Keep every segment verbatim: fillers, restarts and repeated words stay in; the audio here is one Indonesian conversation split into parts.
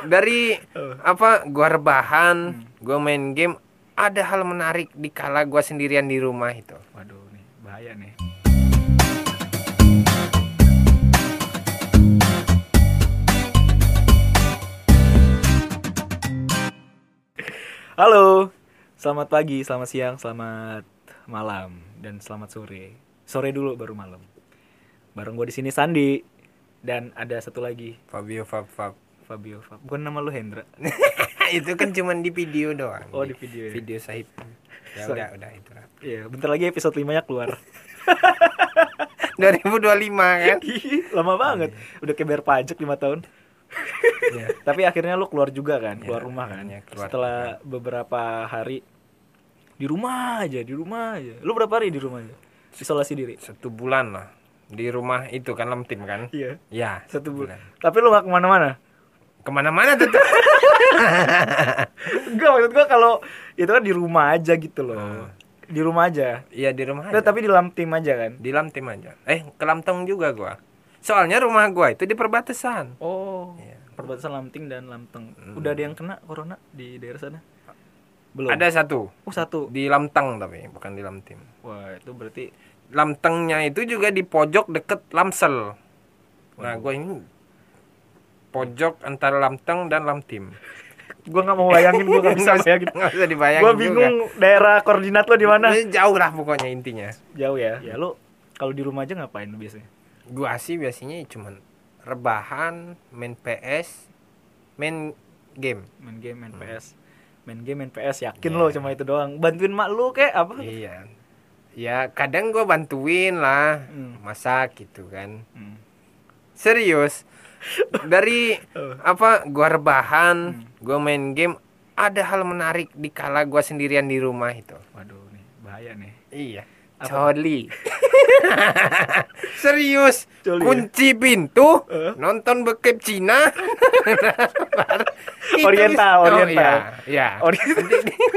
Dari apa gua rebahan, gua main game, ada hal menarik di kala gua sendirian di rumah itu. Waduh nih, bahaya nih. Halo, selamat pagi, selamat siang, selamat malam, dan selamat sore. Sore dulu baru malam. Bareng gue di sini Sandi dan ada satu lagi Fabio Fab Fab. Fabio. Fab. Bukan nama lu Hendra? Itu kan cuman di video doang. Oh, di video ya? Video Sahib. Ya Sahib. udah, udah itu lah. Iya, bentar lagi episode lima-nya keluar. dua ribu dua puluh lima kan? Lama banget. Udah kayak bayar pajak lima tahun. Ya. Tapi akhirnya lu keluar juga kan, keluar Ya, rumah kan. ya, keluar Setelah beberapa hari di rumah aja, di rumah aja. Lu berapa hari di rumah aja? Isolasi diri? Satu bulan lah. Di rumah itu kan lemtim kan? Iya. Ya, Satu bulan. Tapi lu gak kemana-mana? Kemana-mana tuh. Enggak, maksud gua kalau itu kan di rumah aja gitu loh. Hmm. Di rumah aja. Iya di rumah Nah, aja. tapi di dalam tim aja kan? Di lemtim aja. Eh, ke Lamtong juga gua. Soalnya rumah gua itu di perbatasan. Oh. Iya. Perbatasan Lamting dan Lamteng. Hmm. Udah ada yang kena corona di daerah sana? Belum. Ada satu. Oh, satu. Di Lamtang tapi bukan di Lamtim. Wah, itu berarti Lamtengnya itu juga di pojok deket Lamsel. Nah, gua ini pojok antara Lamteng dan Lamtim. gua enggak mau bayangin, gua enggak bisa Nggak usah- bayangin. nggak usah dibayangin. Gua bingung daerah koordinat lo di mana? Juga. Jauh lah pokoknya intinya. Jauh ya. Ya lu kalau di rumah aja ngapain lu biasanya? Gua sih biasanya cuman rebahan, main P S, main game. Main game, main P S. Main game, main P S. Yakin Yeah. lo cuma itu doang. Bantuin mak lu kayak apa? Iya. Ya kadang gua bantuin lah Hmm. masak gitu kan. Hmm. Serius. Dari Oh. apa gua rebahan, Hmm. gua main game, ada hal menarik di kala gua sendirian di rumah itu. Waduh nih, bahaya nih. Iya. Apa? Coli. Serius. Coli ya? Kunci pintu, Eh? nonton bokep Cina. Itu Oriental, bis- oriental. Oh, iya, iya. Oriental.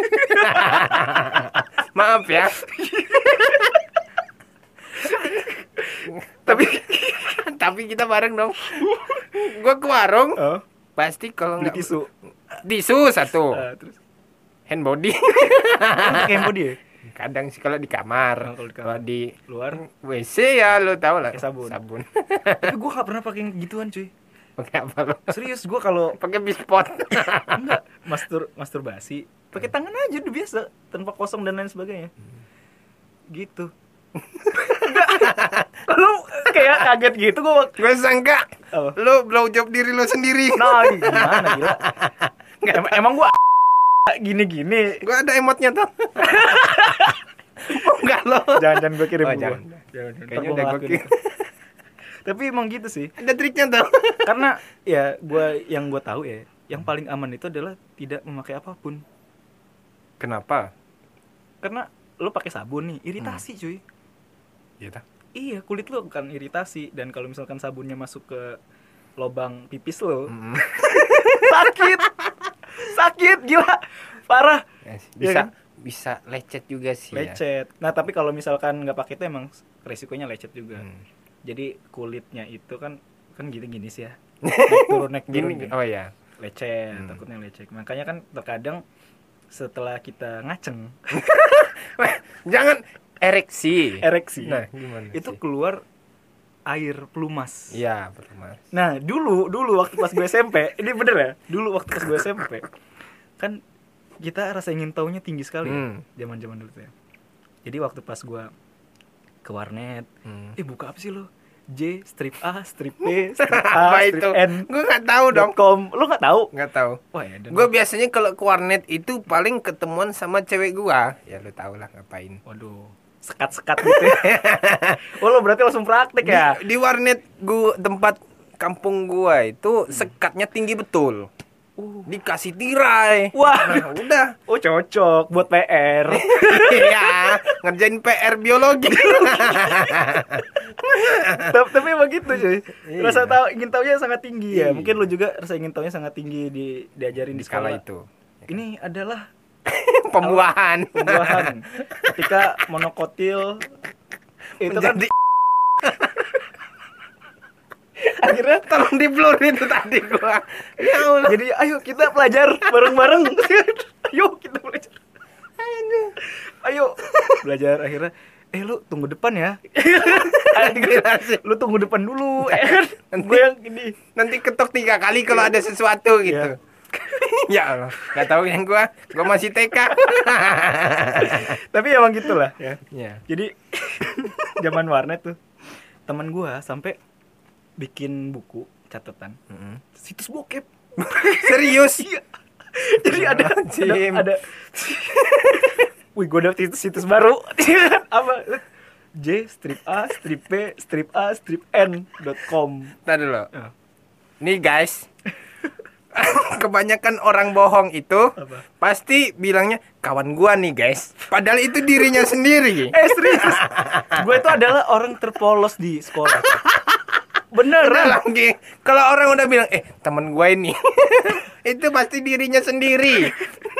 Maaf ya. tapi tapi kita bareng dong. Gua ke warung, Oh, pasti kalau beli nggak tisu. tisu satu, Ah, terus hand body. pakai handphone dia. Kadang sih kalau di kamar, Oh, kalau di kamar. kalau di Luar. W C ya lo tau lah. Pakai sabun. Sabun. Tapi gua enggak pernah pakai gituan, cuy. Pakai apa lo? Serius, gua kalau Pakai bispot. enggak mastur masturbasi pakai tangan aja udah biasa tanpa kosong dan lain sebagainya. Gitu. Lu kayak kaget gitu gua. Gue sangka Apa? lo blow job diri lo sendiri. Nah, gimana gila? Em- emang gua gini-gini. Gue ada emotnya tuh. Oh, enggak lo. Jangan-jangan gua kirim Oh, gua. jangan. Jangan. Ntar Kayaknya gua udah gue ngelakuin kirim. itu. Tapi emang gitu sih. Ada triknya tuh. Karena ya gua yang gua tahu ya, yang paling aman itu adalah tidak memakai apapun. Kenapa? Karena lu pakai sabun nih, iritasi cuy. Gitu. Iya, kulit lu kan iritasi dan kalau misalkan sabunnya masuk ke lubang pipis lu, Mm. sakit. Sakit gila. Parah. Yes, Iya bisa kan? bisa lecet juga sih. Ya. Lecet. Nah, tapi kalau misalkan nggak pakai itu emang resikonya lecet juga. Hmm. Jadi kulitnya itu kan kan gini-gini sih ya. Naik turun naik turun. Gini, gitu. oh ya. Lecet, Hmm. takutnya lecet. Makanya kan terkadang setelah kita ngaceng, Jangan ereksi. ereksi, Nah, gimana? itu sih? keluar air pelumas. Iya, betul Mas. Nah, dulu dulu waktu pas gue S M P, ini bener ya? Dulu waktu pas gue S M P, kan kita rasa ingin taunya tinggi sekali ya, Hmm. zaman-zaman dulu tuh ya. Jadi waktu pas gue ke warnet, Hmm. eh buka apa sih lo? J, strip A, strip B, strip Apa A, itu? strip N, Gue nggak tahu dong. com. Lu nggak tahu? Nggak tahu. Wah ya. dan- Gue biasanya kalau ke warnet itu paling ketemuan sama cewek gua. Ya lu tau lah ngapain. Waduh, sekat-sekat gitu. Ya. Oh lo berarti langsung praktek ya? Di, di warnet gua tempat kampung gua itu sekatnya tinggi betul. Uh. Dikasih tirai. Wah. Nah, udah. Oh cocok buat P R. Iya, ngerjain P R biologi. tapi, tapi emang gitu cuy. Iya. Rasa tahu ingin tahunya sangat tinggi ya. Iya. Mungkin lu juga rasa ingin tahunya sangat tinggi di diajarin di, Di skala sekolah. itu. Ini adalah Pembuahan. pembuahan. Ketika monokotil itu kan Menjadi akhirnya tolong di blur itu tadi gua. Ya Allah. jadi ayo kita belajar bareng-bareng. Ayo kita belajar. Ayo belajar akhirnya eh lu tunggu depan ya. Lu tunggu depan dulu. Eh, gue yang ini Nanti ketok tiga kali kalau ada sesuatu gitu. Ya Allah, nggak tahu yang gua, gua masih T K. tapi emang gitulah ya. Ya. Jadi zaman warnet tuh teman gua sampai bikin buku catatan situs bokep. Serius? Iya. Jadi ada ada, Jim. ada wih gue dapet situs, situs baru. Apa J strip A strip P strip A strip N dot com. Tadi dulu. Oh. Nih guys. Kebanyakan orang bohong itu Apa? pasti bilangnya kawan gua nih guys. Padahal itu dirinya sendiri. Eh serius, gue itu adalah orang terpolos di sekolah. Beneran. Udah lagi. Kalau orang udah bilang eh temen gua ini, itu pasti dirinya sendiri.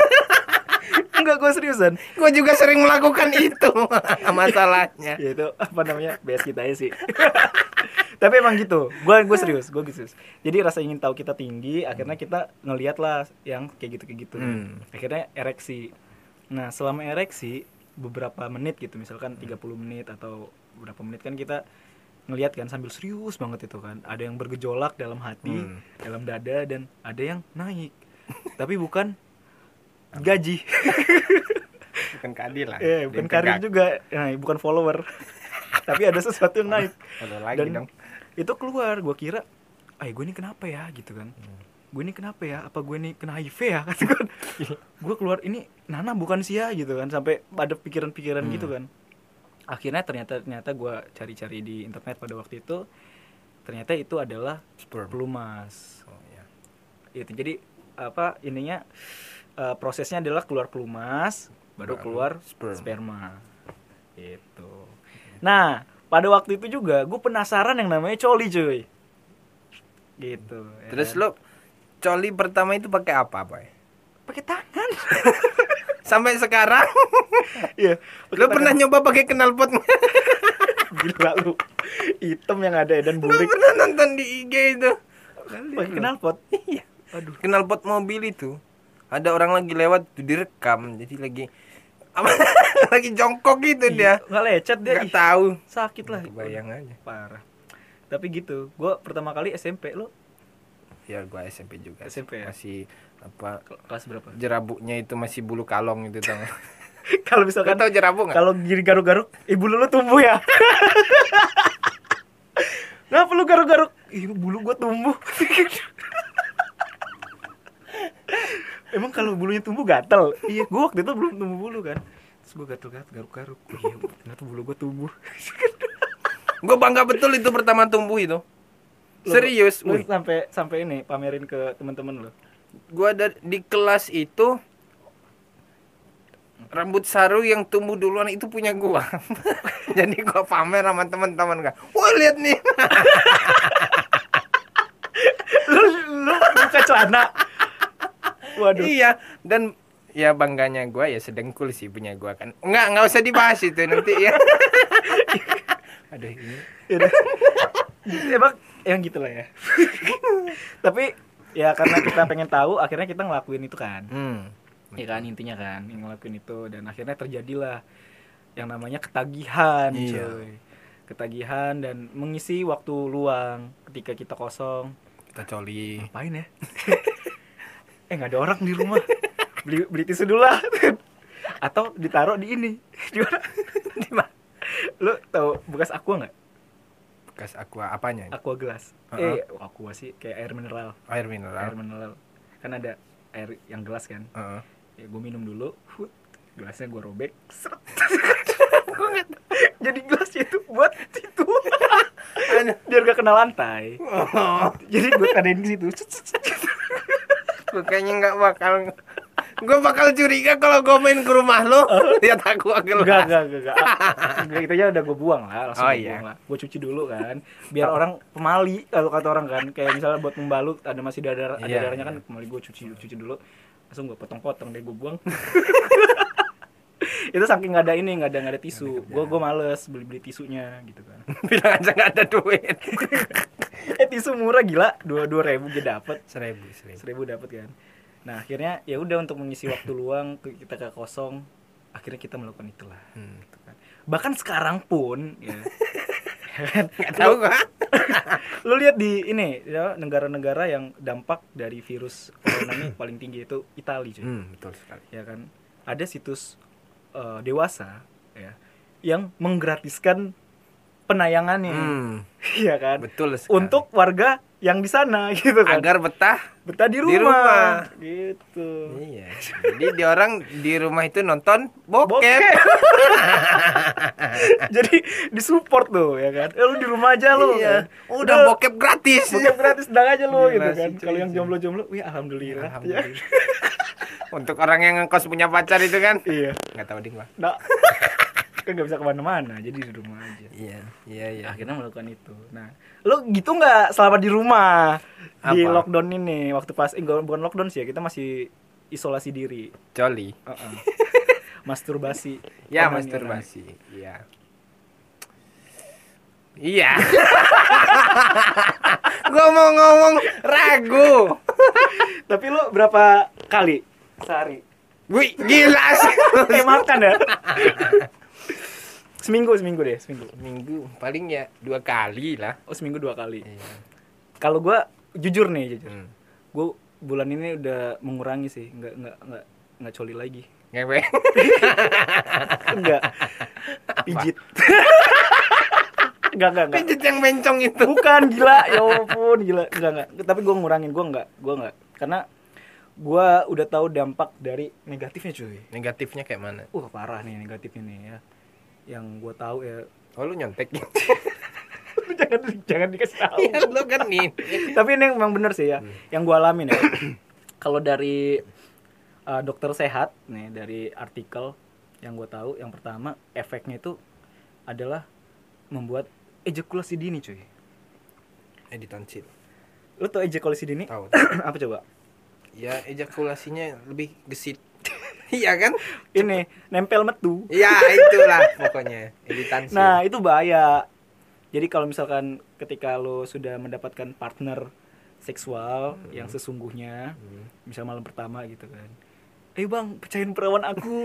Enggak, gue seriusan. Gua juga sering melakukan itu. Masalahnya. Ya itu apa namanya B S kita aja sih. Tapi emang gitu, gue gue serius, gue serius. Jadi rasa ingin tahu kita tinggi, akhirnya kita ngeliat lah yang kayak gitu kayak gitu. Hmm. Akhirnya ereksi. Nah selama ereksi beberapa menit gitu, misalkan tiga puluh menit atau beberapa menit kan kita ngeliat kan sambil serius banget itu kan. Ada yang bergejolak dalam hati, Hmm. dalam dada, dan ada yang naik. Tapi bukan gaji. Bukan keadilan. Eh, bukan karir juga, nah, bukan follower. Tapi ada sesuatu yang naik. Ada lagi Dan dong. itu keluar, gue kira, ay gue ini kenapa ya gitu kan. Gue ini kenapa ya, apa gue ini kena H I V ya kan. Gue keluar, ini Nana bukan sih ya gitu kan. Sampai ada pikiran-pikiran Hmm. gitu kan. Akhirnya ternyata ternyata gue cari-cari di internet pada waktu itu, ternyata itu adalah Sperm. pelumas. Oh, ya. Itu jadi apa ininya, uh, prosesnya adalah keluar pelumas baru Baru keluar sperm. sperma itu. Nah pada waktu itu juga gue penasaran yang namanya coli cuy gitu ya Terus kan? lo coli pertama itu pakai apa, Boy? Pakai tangan. Sampai sekarang Iya. lo pernah nyoba pakai knalpot? Gila lu. Hitam yang ada dan Lo burik. pernah nonton di I G itu? Pakai knalpot. Iya. Aduh. Knalpot mobil itu. Ada orang lagi lewat tuh direkam, jadi lagi lagi jongkok gitu dia. Nggak lecet dia. Nggak Ih, tahu. sakit lah. Bayang aja. Parah. Tapi gitu. Gue pertama kali S M P lo. Ya gua S M P juga. S M P ya? Masih apa? Kelas berapa? Jerabuknya itu masih bulu kalong gitu tau. Kalau Lo misalkan tau jerabuk nggak? kalau gini garuk-garuk, ibu lu tumbuh ya? Ngapa lu garuk-garuk? Ih, bulu gua tumbuh. Emang kalau bulunya tumbuh gatel? Iya, gua waktu itu belum tumbuh bulu kan. Terus gua gatel-gatel garuk-garuk. Oh, iya, ternyata bulu gua tumbuh. Gua bangga betul itu pertama tumbuh itu. Lu- Serius, Lu wih. sampai sampai ini pamerin ke teman-teman lu. Gua ada di kelas itu rambut saru yang tumbuh duluan itu punya gua. Jadi gua pamer sama teman-teman gua. Wah, lihat nih. Lu lu buka celana. Waduh. Iya, dan ya bangganya gua ya sedengkul sih punya gua kan. Enggak, enggak usah dibahas itu nanti ya. Aduh, ini. Yaudah. Emang yang gitulah ya. Tapi ya karena kita pengen tahu, akhirnya kita ngelakuin itu kan. Hmm. Ya kan intinya kan ngelakuin itu, dan akhirnya terjadilah yang namanya ketagihan, Iya. coy. Ketagihan dan mengisi waktu luang ketika kita kosong. Kita coli. Ngapain ya? Eh nggak ada orang di rumah. Beli beli tisu dulu lah. Atau ditaruh di ini. Di mana? Di mana? Lu tahu bekas aqua nggak? Bekas aqua apanya? Aqua gelas. Uh-uh. Eh, aqua sih kayak air mineral. Air Air mineral. mineral. Kan ada air yang gelas kan. Heeh. Ya gue minum dulu. Hut, gelasnya gue robek. Seret. Jadi gelasnya itu buat situ. Biar gak kena lantai. Oh, Jadi gue kadain ke situ. gua kayaknya nggak bakal. Gua bakal curiga kalau gua main ke rumah lo, lihat aku gelas. Enggak, enggak, enggak, enggak. Enggak, itu aja udah gue buang lah, langsung Oh, gue iya. buang lah. Gue cuci dulu kan, biar orang pemali kalau kata orang kan, kayak misalnya buat membalut ada masih ada darah, ada Iya, darahnya kan, iya. pemali gue cuci cuci dulu, langsung gue potong-potong deh gue buang. Itu saking nggak ada ini, nggak ada nggak ada tisu, gue gue males beli beli tisunya gitu kan. Bilang aja nggak ada duit. eh tisu murah gila, dua dua ribu gue dapet, Seribu, seribu. seribu dapet kan. Nah akhirnya ya udah untuk mengisi waktu luang kita ke kosong, akhirnya kita melakukan itulah. Hmm. Gitu kan. Bahkan sekarang pun ya, Nggak tahu gua. lu lihat di ini ya, negara-negara yang dampak dari virus corona ini paling tinggi itu Italia cuy. Hmm, betul sekali. Ya kan, ada situs uh, dewasa ya yang menggratiskan penayangannya. Hmm, Iya kan, betul sekali. untuk warga yang di sana gitu kan, agar betah. betah di rumah, Di rumah. gitu. Iya. Jadi di orang di rumah itu nonton bokep. Bokep. Jadi disupport tuh ya kan, eh, lu di rumah aja lu Iya. kan? Udah bokep gratis. bokep gratis sedang aja lu Gila gitu kan. sih, cuy, Kalau yang cuy. jomblo-jomblo, wih alhamdulillah, ya. Alhamdulillah. Untuk orang yang ngekos punya pacar itu kan. Iya. Nggak tahu ding gua. Nah, kan nggak bisa kemana-mana, jadi di rumah aja. Iya, iya, iya. Akhirnya melakukan itu. Nah, lu gitu nggak selama di rumah di Apa? lockdown ini? Waktu pas, eh, nggak- bukan lockdown sih ya, kita masih isolasi diri, Jolly. uh-uh. masturbasi. Ya, Online, masturbasi. Iya. Iya. Gua mau ngomong ragu. online. Tapi lu berapa kali sehari? Wih, gila sih. Kayak makan ya? seminggu, seminggu deh, seminggu. Minggu paling ya dua kali lah. Oh, seminggu dua kali. Iya. Kalau gua jujur nih, jujur. Hmm. Gua bulan ini udah mengurangi sih, nggak nggak nggak nggak coli lagi. Ngewe. Enggak. Pijit. Enggak, enggak, enggak. Pijit yang bencong itu. Bukan, gila. Ya ampun, gila. Enggak, enggak. Tapi gua ngurangin, gua enggak. Gua enggak. Karena gua udah tahu dampak dari negatifnya, cuy. Negatifnya kayak mana? Uh, parah nih negatifnya nih ya. Yang gua tahu ya. Oh, lu nyontek. Lu jangan jangan dikasih tahu. Iya, lu kan nih. Tapi ini memang bener sih ya. Hmm. Yang gua alamin ya. Kalau dari uh, dokter sehat nih, dari artikel yang gua tahu, yang pertama efeknya itu adalah membuat ejakulasi dini, cuy. Editansil. Lu tau ejakulasi dini? Tahu. Apa coba? Ya, ejakulasinya lebih gesit. Iya kan? Ini nempel metu. Ya, itulah pokoknya. Editansil. Nah, itu bahaya. Jadi kalau misalkan ketika lo sudah mendapatkan partner seksual Hmm. yang sesungguhnya, Hmm. misal malam pertama gitu kan. Ayo bang, pecahin perawan aku.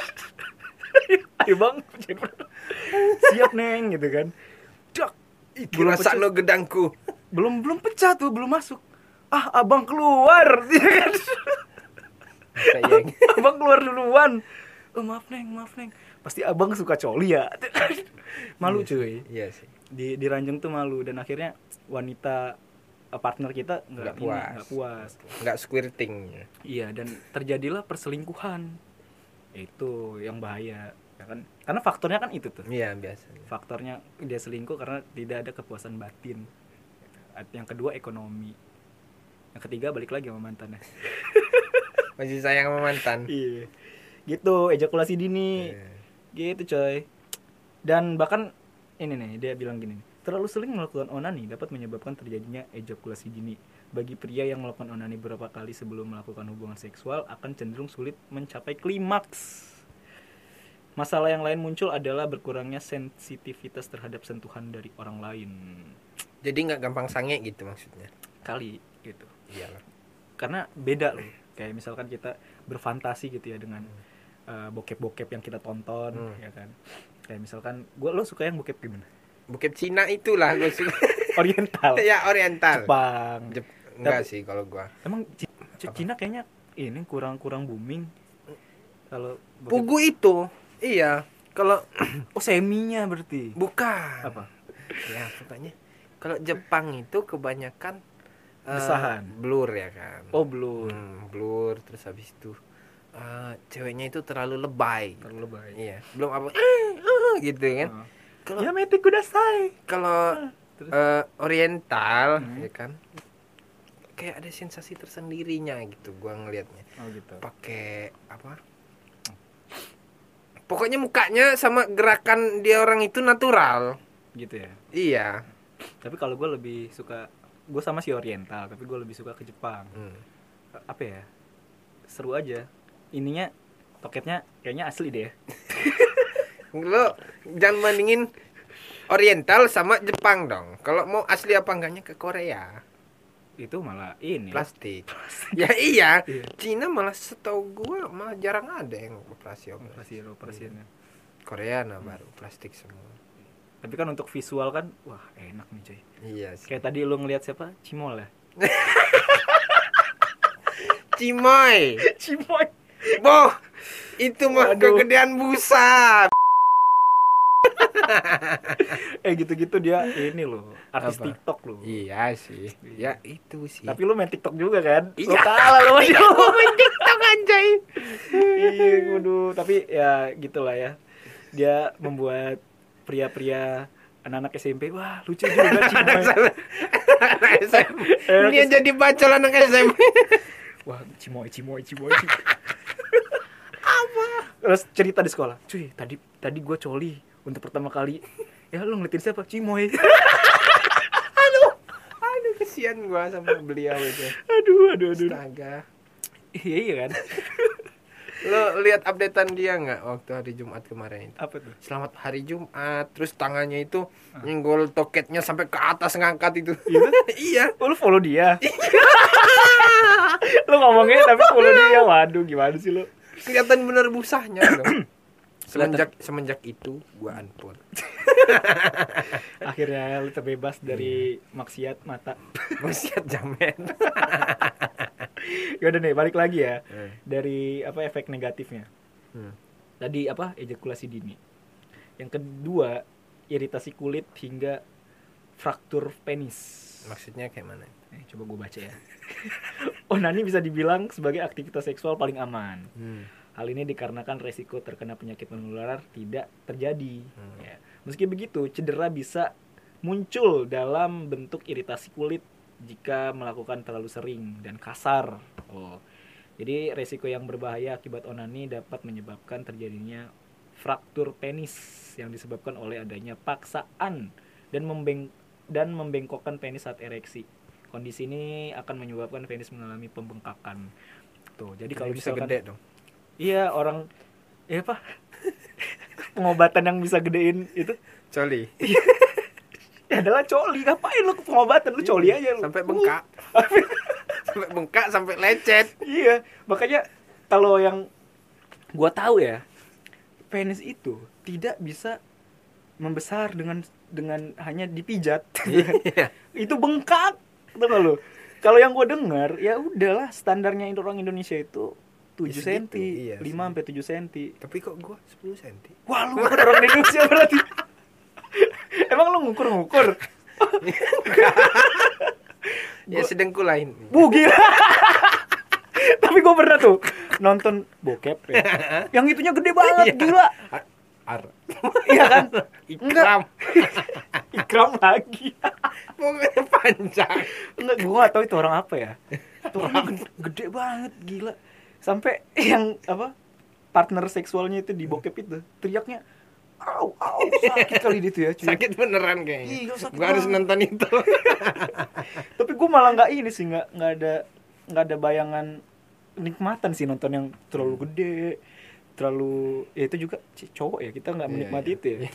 Ayo bang, pecahin perawan. Siap neng gitu kan. Dak. Iki Belum rasa pecah. no gedangku. Belum belum pecah tuh, belum masuk. Ah, abang keluar. Ya kan? Sayang. Abang keluar duluan. Oh, maaf neng, maaf neng. Pasti abang suka coli ya. Malu cuy. Iya sih. Di di ranjang tuh malu, dan akhirnya wanita eh, partner kita nggak Nggak ini, puas. nggak puas. Nggak squirting. Iya, dan terjadilah perselingkuhan. Itu yang bahaya, ya kan? Karena faktornya kan itu tuh. Iya, biasanya. Faktornya dia selingkuh karena tidak ada kepuasan batin. Yang kedua ekonomi. Yang ketiga balik lagi sama mantannya. Masih sayang sama mantan. Iya. Gitu, ejakulasi dini. Iya. Gitu coy. Dan bahkan ini nih, dia bilang gini, terlalu sering melakukan onani dapat menyebabkan terjadinya ejakulasi dini. Bagi pria yang melakukan onani beberapa kali sebelum melakukan hubungan seksual akan cenderung sulit mencapai klimaks. Masalah yang lain muncul adalah berkurangnya sensitivitas terhadap sentuhan dari orang lain. Jadi nggak gampang sange gitu maksudnya. Kali gitu. Iyalah. Karena beda loh. Kayak misalkan kita berfantasi gitu ya dengan uh, bokep-bokep yang kita tonton, Hmm. ya kan. Kayak misalkan gua, lo suka yang bokep gimana? Bokep Cina itulah gue suka. Oriental. Ya, oriental. Jepang. Jep- enggak Tapi- sih kalau gua. Emang C- C- Cina kayaknya ini kurang-kurang booming. Kalau bokep- Pugu itu. Iya. Kalau oh seminya berarti. bukan. Apa? Ya, pokoknya kalau Jepang itu kebanyakan eh, Desahan. blur ya kan. Oh blur. Hmm, blur terus habis itu eh, ceweknya itu terlalu lebay. Terlalu lebay. Iya, belum apa eh, eh, gitu kan. Oh. Kalau Ya meti kudasai. kalau Terus? eh, oriental Hmm. ya kan. Kayak ada sensasi tersendirinya gitu gua ngelihatnya. Oh gitu. Pakai apa? Pokoknya mukanya sama gerakan dia orang itu natural. Gitu ya. Iya. Tapi kalau gue lebih suka, gue sama si oriental, tapi gue lebih suka ke Jepang. Hmm. Apa ya? Seru aja. Ininya toketnya kayaknya asli deh. Lo jangan bandingin Oriental sama Jepang dong. Kalau mau asli apa enggaknya ke Korea. Itu malah ini Plastik. Ya iya. Iya. Cina malah setahu gua malah jarang ada yang operasi operasi. operasi operasinya. Korea nah baru plastik semua. Tapi kan untuk visual kan wah enak nih coy. Iya sih. Kayak tadi lu ngelihat siapa? Cimol ya? Cimoy. Cimoy. Boh. Itu mah Waduh. kegedean busa. Eh gitu-gitu dia ini loh, artis Apa? TikTok loh. Iya sih. Ya itu sih. Tapi lu main TikTok juga kan? Lu Iya. kalah lu sama dia. Gua main TikTok anjay. Iya, waduh, tapi ya gitulah ya. Dia membuat pria-pria anak-anak S M P wah lucu juga Cimoy. Anak S M P. Dia jadi bacol anak S M P. Wah, Cimoy, Cimoy, Cimoy. Apa? Terus cerita di sekolah. Cuy, tadi tadi gua coli untuk pertama kali. Ya lu ngeliatin siapa? Cimoy. Aduh kesian gua sama beliau itu. Aduh, aduh, aduh. Astaga. Iya, iya kan? Lo lihat updatean dia nggak waktu hari Jumat kemarin itu? Apa tuh? Selamat hari Jumat. Terus tangannya itu nyenggol toketnya sampai ke atas ngangkat itu. Iya? Iya. Oh, lu follow dia? Lu ngomongnya tapi follow dia. Waduh, gimana sih lu? Kelihatan bener busahnya loh. Semenjak semenjak itu gua unfollow. Akhirnya lu terbebas dari maksiat mata. Maksiat jamet. Yaudah nih, balik lagi ya. Hmm. Dari apa efek negatifnya. Hmm. Tadi apa? Ejakulasi dini. Yang kedua, iritasi kulit hingga fraktur penis. Maksudnya kayak mana? Eh, coba gue baca ya. Onani bisa dibilang sebagai aktivitas seksual paling aman. Hmm. Hal ini dikarenakan resiko terkena penyakit menular tidak terjadi. Hmm. Ya. Meski begitu, cedera bisa muncul dalam bentuk iritasi kulit jika melakukan terlalu sering dan kasar. Oh, jadi resiko yang berbahaya akibat onani dapat menyebabkan terjadinya fraktur penis yang disebabkan oleh adanya paksaan dan membeng dan membengkokkan penis saat ereksi. Kondisi ini akan menyebabkan penis mengalami pembengkakan. Tuh, jadi kalau bisa misalkan gede dong. iya orang ya apa pengobatan yang bisa gedein itu Coli. ya adalah coli. Ngapain lu ke pengobatan, lu coli aja lu. Sampai bengkak. Sampai bengkak sampai lecet. Iya, makanya kalau yang gua tahu ya, penis itu tidak bisa membesar dengan dengan hanya dipijat. Iya. Itu bengkak. Tahu gak lu? Kalau yang gua dengar ya udahlah standarnya orang Indonesia itu tujuh Ya segitu, senti, iya, lima sampai tujuh senti. Tapi kok gua sepuluh senti? Wah, lu bukan orang Indonesia berarti. Emang lu ngukur-ngukur? Ya sedengkul lain. Bu gila. Tapi gue pernah tuh nonton bokep ya. Yang itunya gede banget, Iya. gila. Ar. Iya kan? Ikram. Ikram lagi. Pokoknya panjang. Enggak, gue gak tahu itu orang apa ya. Itu orangnya gede, gede banget, gila. Sampai yang apa? Partner seksualnya itu di bokep itu teriaknya, "Au, au, sakit kali itu ya, cuy." Sakit beneran kayaknya. Iya, sakit Gua harus banget. nonton itu. Tapi gue malah nggak ini sih, nggak nggak ada nggak ada bayangan nikmatan sih nonton yang terlalu gede, terlalu ya itu juga c- cowok ya, kita nggak Iya, menikmati iya. itu ya.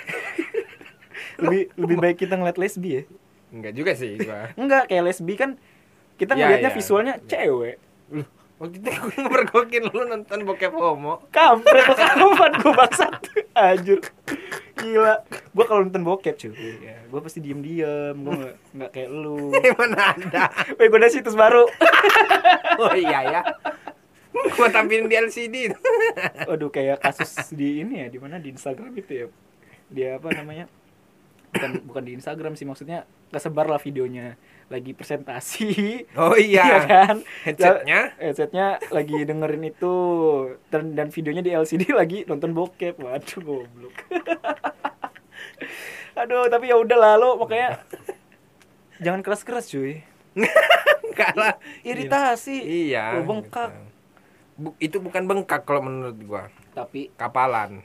lebih lebih baik kita ngeliat lesbi ya. Enggak juga sih gua. Enggak, kayak lesbi kan kita Iya, ngeliatnya iya. visualnya Iya. cewek. Loh, waktu itu gua ngepergokin lu nonton bokep homo. Kampret lo kapan gue bangsat. Anjir. Gila. Gue kalau nonton bokep cuy, ya, gue pasti diem-diem, gue nggak nggak kayak lu. Mana ada. Weh, gue ada situs baru. Oh iya ya. Gua tampilin di L C D. Waduh, kayak kasus di ini ya, di mana di Instagram itu ya. Dia apa namanya? Bukan bukan di Instagram sih, maksudnya kesebar lah videonya lagi presentasi. Oh iya. kan? Headsetnya? Headsetnya lagi dengerin itu dan, dan videonya di L C D lagi nonton bokep. Waduh, goblok. Aduh, tapi ya udah lah lo makanya jangan keras-keras cuy. Enggak lah. Iritasi. Iya. Lo bengkak. gitu. Bu- itu bukan bengkak kalau menurut gua. Tapi Kapalan.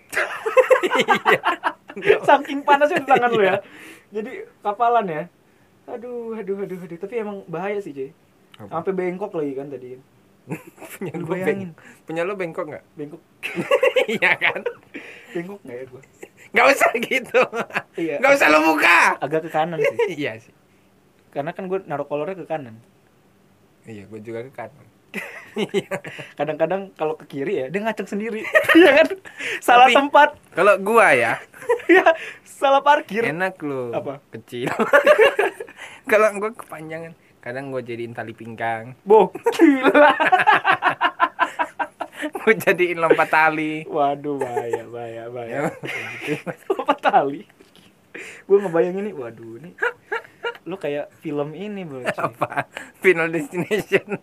saking panasnya di tangan lo ya. Jadi kapalan ya. Aduh, aduh, aduh, aduh. Tapi emang bahaya sih cuy. Apa? Sampai bengkok lagi kan tadi. Punya Lu gua bayangin. beng- Punya lo bengkok enggak? Bengkok. Iya kan? Bengkok enggak ya gua? Nggak usah gitu. Iya. Nggak usah lo buka. Agak ke kanan sih. Iya sih. Karena kan gue naruh kolornya ke kanan. Iya, gue juga ke kanan. Kadang-kadang kalau ke kiri ya dia ngaceng sendiri. Iya kan? Salah Tapi- tempat. Kalau gua ya, Ya, salah parkir. enak lo. Apa? Kecil. Kalau gua kepanjangan, kadang gua jadiin tali pinggang. Boh, gila. Gua jadiin lompat tali. Waduh, bahaya, bahaya, bahaya. Ya, Apa tali? Gue ngebayangin nih, waduh ini lo kayak film ini bro. apa? Final Destination.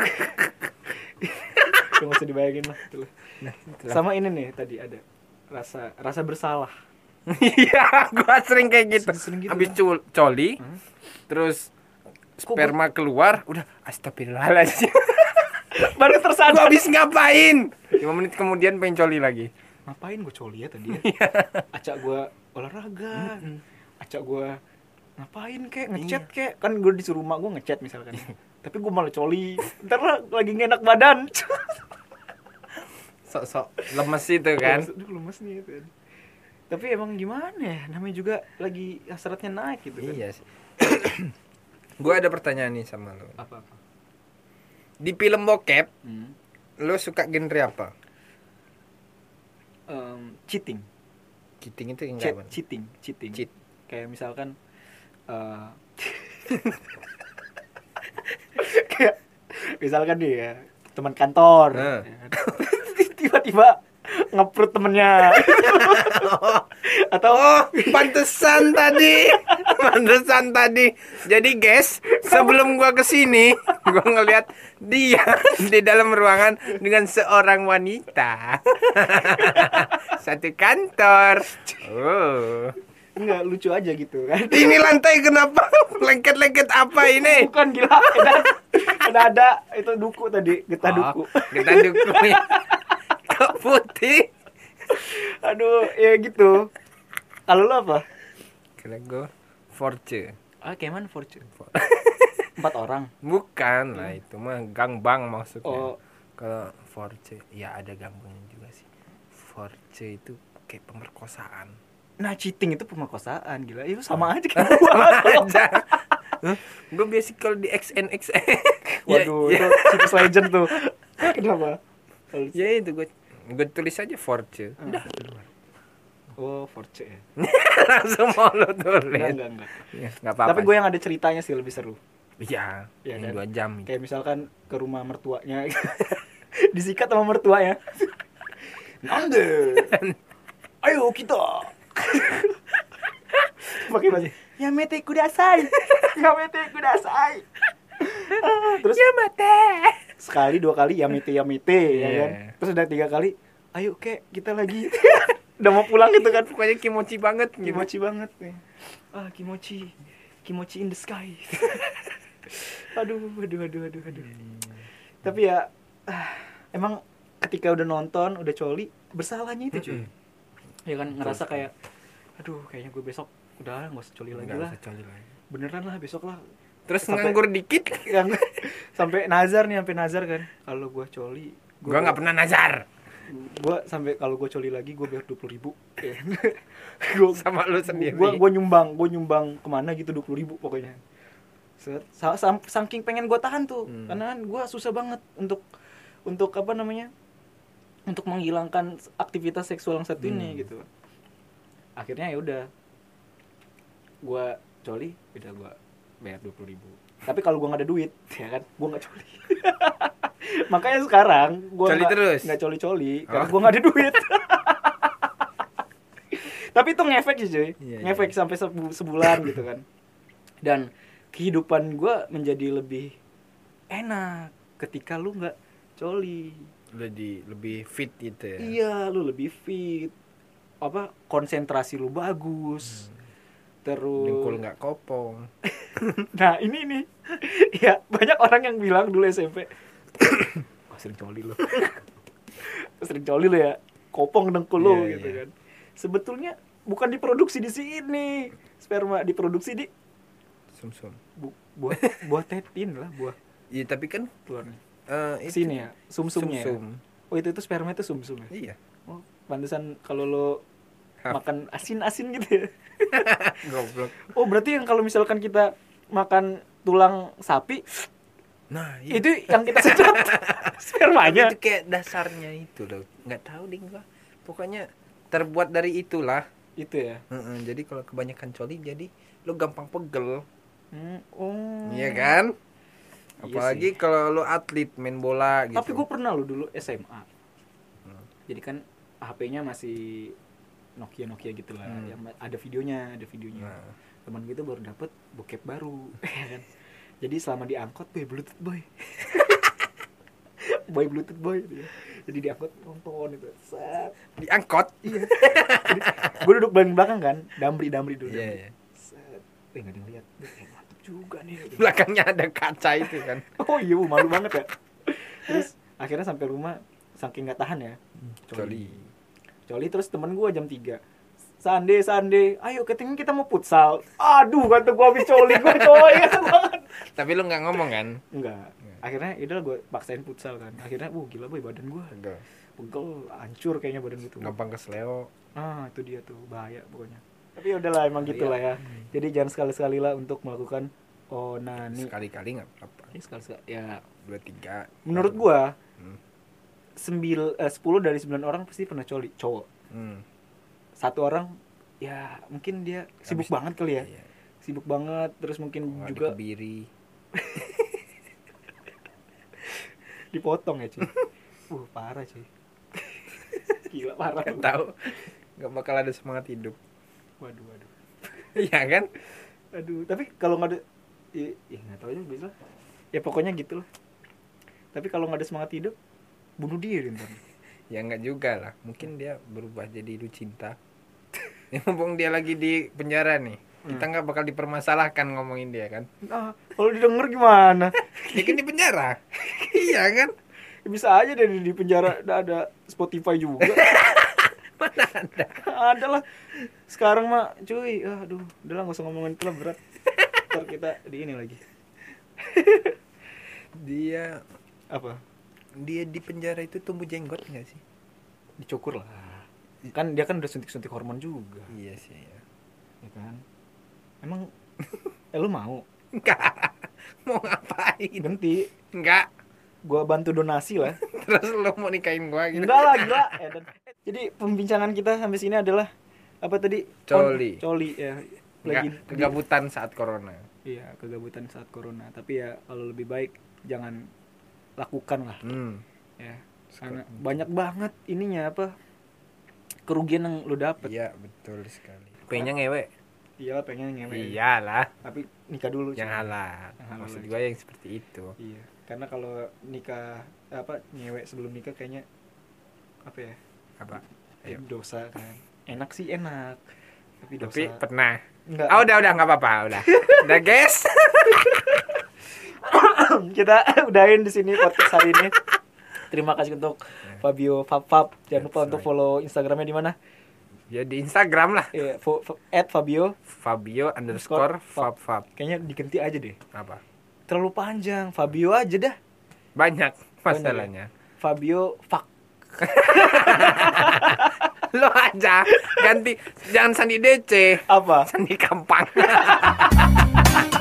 Gak usah dibayangin lah. Itulah. Nah, itulah. Sama ini nih tadi ada rasa rasa bersalah. Iya, gua sering kayak gitu. Sering gitu, Habis kan? cul- coli, Hmm? terus sperma keluar, udah astagfirullahaladzim. Baru Gua tersadar. habis ngapain? lima menit kemudian pengen coli lagi. Ngapain gue coli ya tadi ya? Acak gue olahraga, acak gue ngapain kek ngechat kek, kan gue disuruh mak gue ngechat misalkan. Tapi gue malah coli. Ntar lah, lagi nggak enak badan. Sok-sok lemes itu kan. Aduh, lemes nih itu. Tapi emang gimana ya? Namanya juga lagi hasratnya naik gitu kan. Iya sih. Gua ada pertanyaan nih sama lo. Apa-apa? Di film bokep, Hmm. lo suka genre apa? Um, cheating. Cheating itu yang Chat, kapan? cheating, cheating. Cheat. Kayak misalkan eh kayak misalkan nih ya, teman kantor. Nah. ya kan. Tiba-tiba ngeprut temennya. Atau Oh, pantesan tadi. Pantesan tadi. Jadi guys, sebelum gua kesini, gua ngeliat dia di dalam ruangan dengan seorang wanita. Satu kantor. Oh. enggak lucu aja gitu kan. Ini lantai kenapa lengket-lengket apa ini? Bukan gila, ada ada, ada itu duku tadi, getah duku. Kita dukung ya. Kok putih? Aduh, ya gitu. Kalau lo apa? Kira gue Force. Ah, kayak mana Fortune? Empat orang. Bukan lah, itu mah gangbang maksudnya. Oh. Kalau Force, ya ada gangbangnya juga sih. Force itu kayak pemerkosaan. Nah, cheating itu pemerkosaan, gila. Itu sama aja kayak gua. Aja. Gue biasa kalau di X N X. Waduh, ya, itu situs legend tuh. Kenapa? Kalau- ya itu gue gue tulis aja Force. Udah keluar. Oh, Force ya. Langsung mau lo Enggak, tulis. enggak, enggak. Ya, nggak apa-apa. Tapi gue yang ada ceritanya sih lebih seru. Iya, Iya yang kan? dua jam. Kayak misalkan ke rumah mertuanya. Disikat sama mertuanya. Nande. Ayo kita. Pakai bahasa. Ya mete kudasai. Ya mete kudasai. Ah, terus Ya mate. sekali dua kali ya mete ya mete ya Iya. kan. Terus udah tiga kali. Ayo kek kita lagi. Udah mau pulang gitu kan. Pokoknya kimochi banget gitu. Kimochi banget nih. Ah, kimochi. Kimochi in the sky. aduh, aduh, aduh, aduh, aduh. Tapi ya ah, emang ketika udah nonton, udah coli, bersalahnya itu cuy. Ya kan ngerasa kayak aduh, kayaknya gue besok udah nggak usah coli lagi Nggak lah. usah coli lagi. Beneran lah besok lah. Terus Sampai- nganggur dikit. Yang sampai nazar nih, sampai nazar kan. Kalau gue coli, Gua nggak pernah nazar gue sampai kalau gue coli lagi gue bayar dua puluh ribu. gue sama lu sendiri. gue gue nyumbang gue nyumbang kemana gitu dua puluh ribu pokoknya. Set, sa- sam- saking pengen gue tahan tuh, Hmm. karena kan gue susah banget untuk untuk apa namanya untuk menghilangkan aktivitas seksual yang satu ini Hmm. gitu. Akhirnya ya udah gue coli, udah gue bayar dua puluh ribu. Tapi kalau gue nggak ada duit, ya kan, gue nggak coli. Makanya sekarang gue Coli terus? nggak coli-coli karena Oh. gue nggak ada duit. Tapi itu ngefek sih cuy, Iya, ngefek iya. sampai sebu- sebulan gitu kan. Dan kehidupan gue menjadi lebih enak ketika lu nggak coli. Jadi lebih fit gitu ya. Iya, lu lebih fit. Apa konsentrasi lu bagus. Terus Dengkul nggak kopong. nah, ini nih. Ya, banyak orang yang bilang dulu S M P, "Wah, sering coli lu." Sering coli lu ya. Kopong dengkul lu Iya, gitu iya. kan. Sebetulnya bukan diproduksi di sini. Sperma diproduksi di Sum-sum. bu- buah buah tetin lah, buah Iya tapi kan keluarnya. eh, itu Sini ya, sumsumnya. Ya? sum-sum. Oh, itu itu sperma itu sumsum ya. Iya. Oh, pantesan kalau lo makan asin-asin gitu ya. Goblok. Oh, berarti yang kalau misalkan kita makan tulang sapi, Nah, iya. itu yang kita sedot spermanya. Itu kayak dasarnya itu loh. Nggak tahu deh gua. Pokoknya terbuat dari itulah. Itu ya. Heeh, jadi kalau kebanyakan coli jadi lu gampang pegel. Hmm, oh. Iya kan? Iya Apalagi kalau lu atlet main bola gitu. Tapi gue pernah lo dulu S M A. Hmm. Jadi kan H P-nya masih Nokia Nokia gitu lah, Hmm. yang ma- ada videonya, ada videonya. Nah. Teman gitu baru dapet bokep baru, ya kan? Jadi selama diangkot, boy Bluetooth boy, boy Bluetooth boy, gitu ya. Jadi diangkot nonton itu, set. Diangkot. Iya. Gue duduk paling belakang kan, damri damri dulu. Iya, damri. iya. Set. Eh nggak ada yang lihat, eh, mantep juga nih. Gitu. Belakangnya ada kaca itu kan. Oh iya, Bu, malu banget ya. Terus akhirnya sampai rumah, saking nggak tahan ya, Coli. Coli terus temen gue jam tiga. Sande, Sande, ayo ketemu kita mau futsal. Aduh, kata gue habis coli gue coy. Tapi lu nggak ngomong kan? Enggak. Akhirnya udah gue paksain futsal kan. Akhirnya, uh gila boy badan gue. Pegel. Pegel, hancur kayaknya badan gue tuh. Gampang kesleo. Ah, itu dia tuh, bahaya pokoknya. Tapi ya udahlah emang gitu lah ya. Jadi jangan sekali-sekali lah untuk melakukan onani. Sekali-kali nggak apa-apa. Ini sekali-sekali ya. Dua tiga. Menurut gue Hmm. sembil, eh, sepuluh dari sembilan orang pasti pernah coli, cowok. Hmm. Satu orang ya mungkin dia sibuk Habis- banget kali ya. Iya. Sibuk banget terus mungkin Oh, juga dikebiri. dipotong ya cuy. Uh parah cuy. Gila parah. Nggak tahu. Nggak bakal ada semangat hidup. Waduh waduh. Iya kan? Aduh tapi kalau nggak ada, ya ya nggak tahu aja bisa. Ya pokoknya gitu lah. Tapi kalau nggak ada semangat hidup, bunuh diri ntar. Ya nggak juga lah. Mungkin dia berubah jadi lu cinta. Ya, mumpung dia lagi di penjara nih. Kita nggak bakal dipermasalahkan ngomongin dia kan. Nah, kalau didengar gimana? Dia kan di penjara. Iya kan? Ya, bisa aja dari di penjara ada, ada Spotify juga. Mana ada? Ada lah. Sekarang mah cuy, aduh, udah lah nggak usah ngomongin itu lah berat. Ntar kita di ini lagi. Dia Apa? dia di penjara itu tumbuh jenggot nggak sih? Dicukur lah. Kan dia kan udah suntik-suntik hormon juga, Iya sih ya. ya kan? Emang eh lu mau? Enggak. Mau ngapain? Ganti, Enggak. gua bantu donasi lah. Terus lu mau nikahin gua gitu. Enggak lah, gila. Eh, dan, jadi pembincangan kita sampai sini adalah apa tadi? Coli. Oh, coli ya. Enggak, Lagi kegabutan saat corona. Iya, kegabutan saat corona. Tapi ya kalau lebih baik jangan lakukan lah, Hmm. ya. Karena banyak banget ininya apa? Kerugian yang lu dapet. Iya, betul sekali. Pengennya ngewe. Iya, pengen ngewe. Iyalah, Tapi nikah dulu. yang cuy. halal. Yang halal Maksud aja. gua yang seperti itu. Iya, karena kalau nikah apa ngewe sebelum nikah kayaknya apa ya? Apa? Ayo. Dosa kan. Enak sih enak. Tapi dosa. Tapi pernah. Enggak. Ah, udah udah nggak apa-apa, udah. Udah, guys. Kita udahin di sini podcast hari ini. Terima kasih untuk Fabio Fab Fab. Jangan lupa That's untuk right. follow Instagramnya di mana? Ya di Instagram lah. Eh, fo- fo- at Fabio. Fabio underscore fab fab. Kayaknya diganti aja deh. Apa? Terlalu panjang. Fabio aja dah. Banyak masalahnya. Fabio fuck. Lo aja ganti, jangan Sandi D C, Apa? Sandi Kampang.